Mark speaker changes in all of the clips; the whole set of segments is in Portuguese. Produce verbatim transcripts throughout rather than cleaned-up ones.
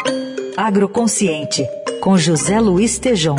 Speaker 1: Agroconsciente, com José Luiz Tejom.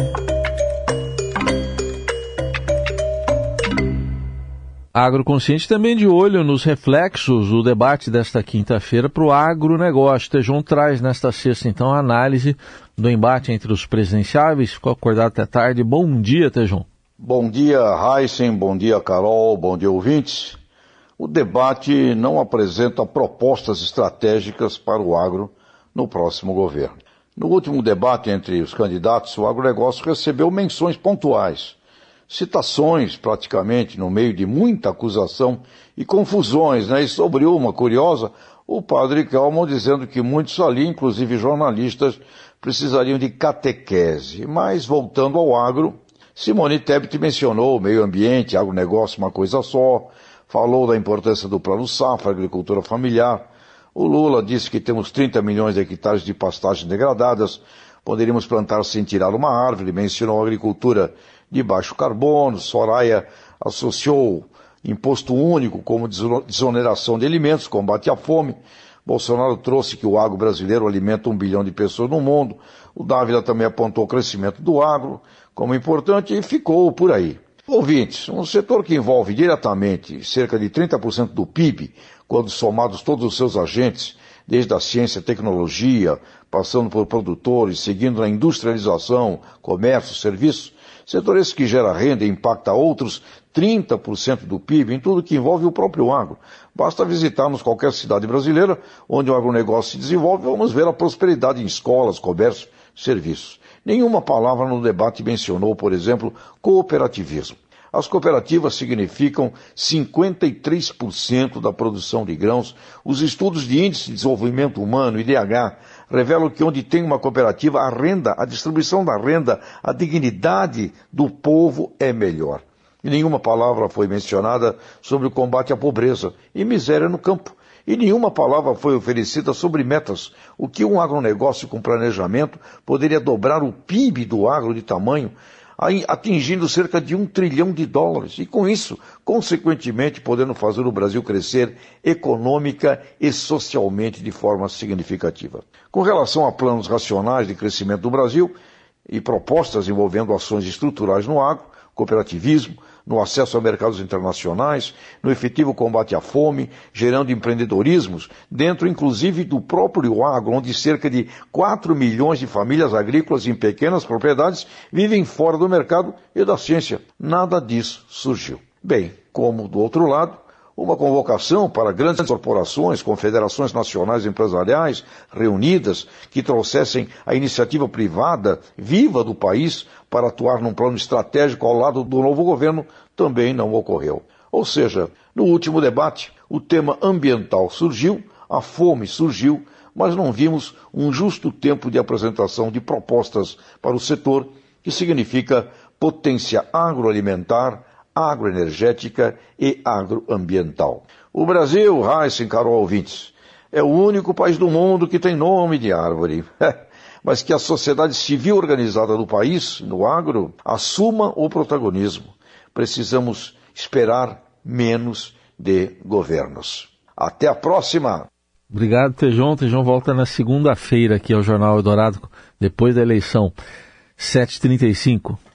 Speaker 2: Agroconsciente também de olho nos reflexos do debate desta quinta-feira para o agronegócio. Tejom traz nesta sexta, então, a análise do embate entre os presidenciáveis. Ficou acordado até tarde. Bom dia, Tejom.
Speaker 3: Bom dia, Heisen. Bom dia, Carol. Bom dia, ouvintes. O debate não apresenta propostas estratégicas para o agro no próximo governo. No último debate entre os candidatos, o agronegócio recebeu menções pontuais, citações praticamente no meio de muita acusação e confusões, né? E sobre uma curiosa, o padre Kelman dizendo que muitos ali, inclusive jornalistas, precisariam de catequese. Mas, voltando ao agro, Simone Tebet mencionou o meio ambiente, agronegócio, uma coisa só, falou da importância do Plano Safra, agricultura familiar. O Lula disse que temos trinta milhões de hectares de pastagens degradadas, poderíamos plantar sem tirar uma árvore, mencionou a agricultura de baixo carbono. Soraya associou imposto único como desoneração de alimentos, combate à fome. Bolsonaro trouxe que o agro brasileiro alimenta um bilhão de pessoas no mundo. O Dávila também apontou o crescimento do agro como importante e ficou por aí. Ouvintes, um setor que envolve diretamente cerca de trinta por cento do P I B, quando somados todos os seus agentes, desde a ciência e tecnologia, passando por produtores, seguindo na industrialização, comércio, serviços, setor esse que gera renda e impacta outros trinta por cento do P I B em tudo que envolve o próprio agro. Basta visitarmos qualquer cidade brasileira onde o agronegócio se desenvolve, vamos ver a prosperidade em escolas, comércio, serviços. Nenhuma palavra no debate mencionou, por exemplo, cooperativismo. As cooperativas significam cinquenta e três por cento da produção de grãos. Os estudos de índice de desenvolvimento humano, I D H, revelam que onde tem uma cooperativa, a renda, a distribuição da renda, a dignidade do povo é melhor. E nenhuma palavra foi mencionada sobre o combate à pobreza e miséria no campo. E nenhuma palavra foi oferecida sobre metas, o que um agronegócio com planejamento poderia dobrar o P I B do agro de tamanho, atingindo cerca de um trilhão de dólares, e com isso, consequentemente, podendo fazer o Brasil crescer econômica e socialmente de forma significativa. Com relação a planos racionais de crescimento do Brasil e propostas envolvendo ações estruturais no agro, cooperativismo, no acesso a mercados internacionais, no efetivo combate à fome, gerando empreendedorismos, dentro inclusive do próprio agro, onde cerca de quatro milhões de famílias agrícolas em pequenas propriedades vivem fora do mercado e da ciência. Nada disso surgiu. Bem, como do outro lado, uma convocação para grandes corporações, confederações nacionais empresariais reunidas que trouxessem a iniciativa privada viva do país para atuar num plano estratégico ao lado do novo governo também não ocorreu. Ou seja, no último debate, o tema ambiental surgiu, a fome surgiu, mas não vimos um justo tempo de apresentação de propostas para o setor, que significa potência agroalimentar, agroenergética e agroambiental. O Brasil, Heisen, Carol, ouvintes, é o único país do mundo que tem nome de árvore, mas que a sociedade civil organizada do país, no agro, assuma o protagonismo. Precisamos esperar menos de governos. Até a próxima!
Speaker 2: Obrigado, Tejom. Tejom volta na segunda-feira aqui ao Jornal Eldorado, depois da eleição, sete e trinta e cinco.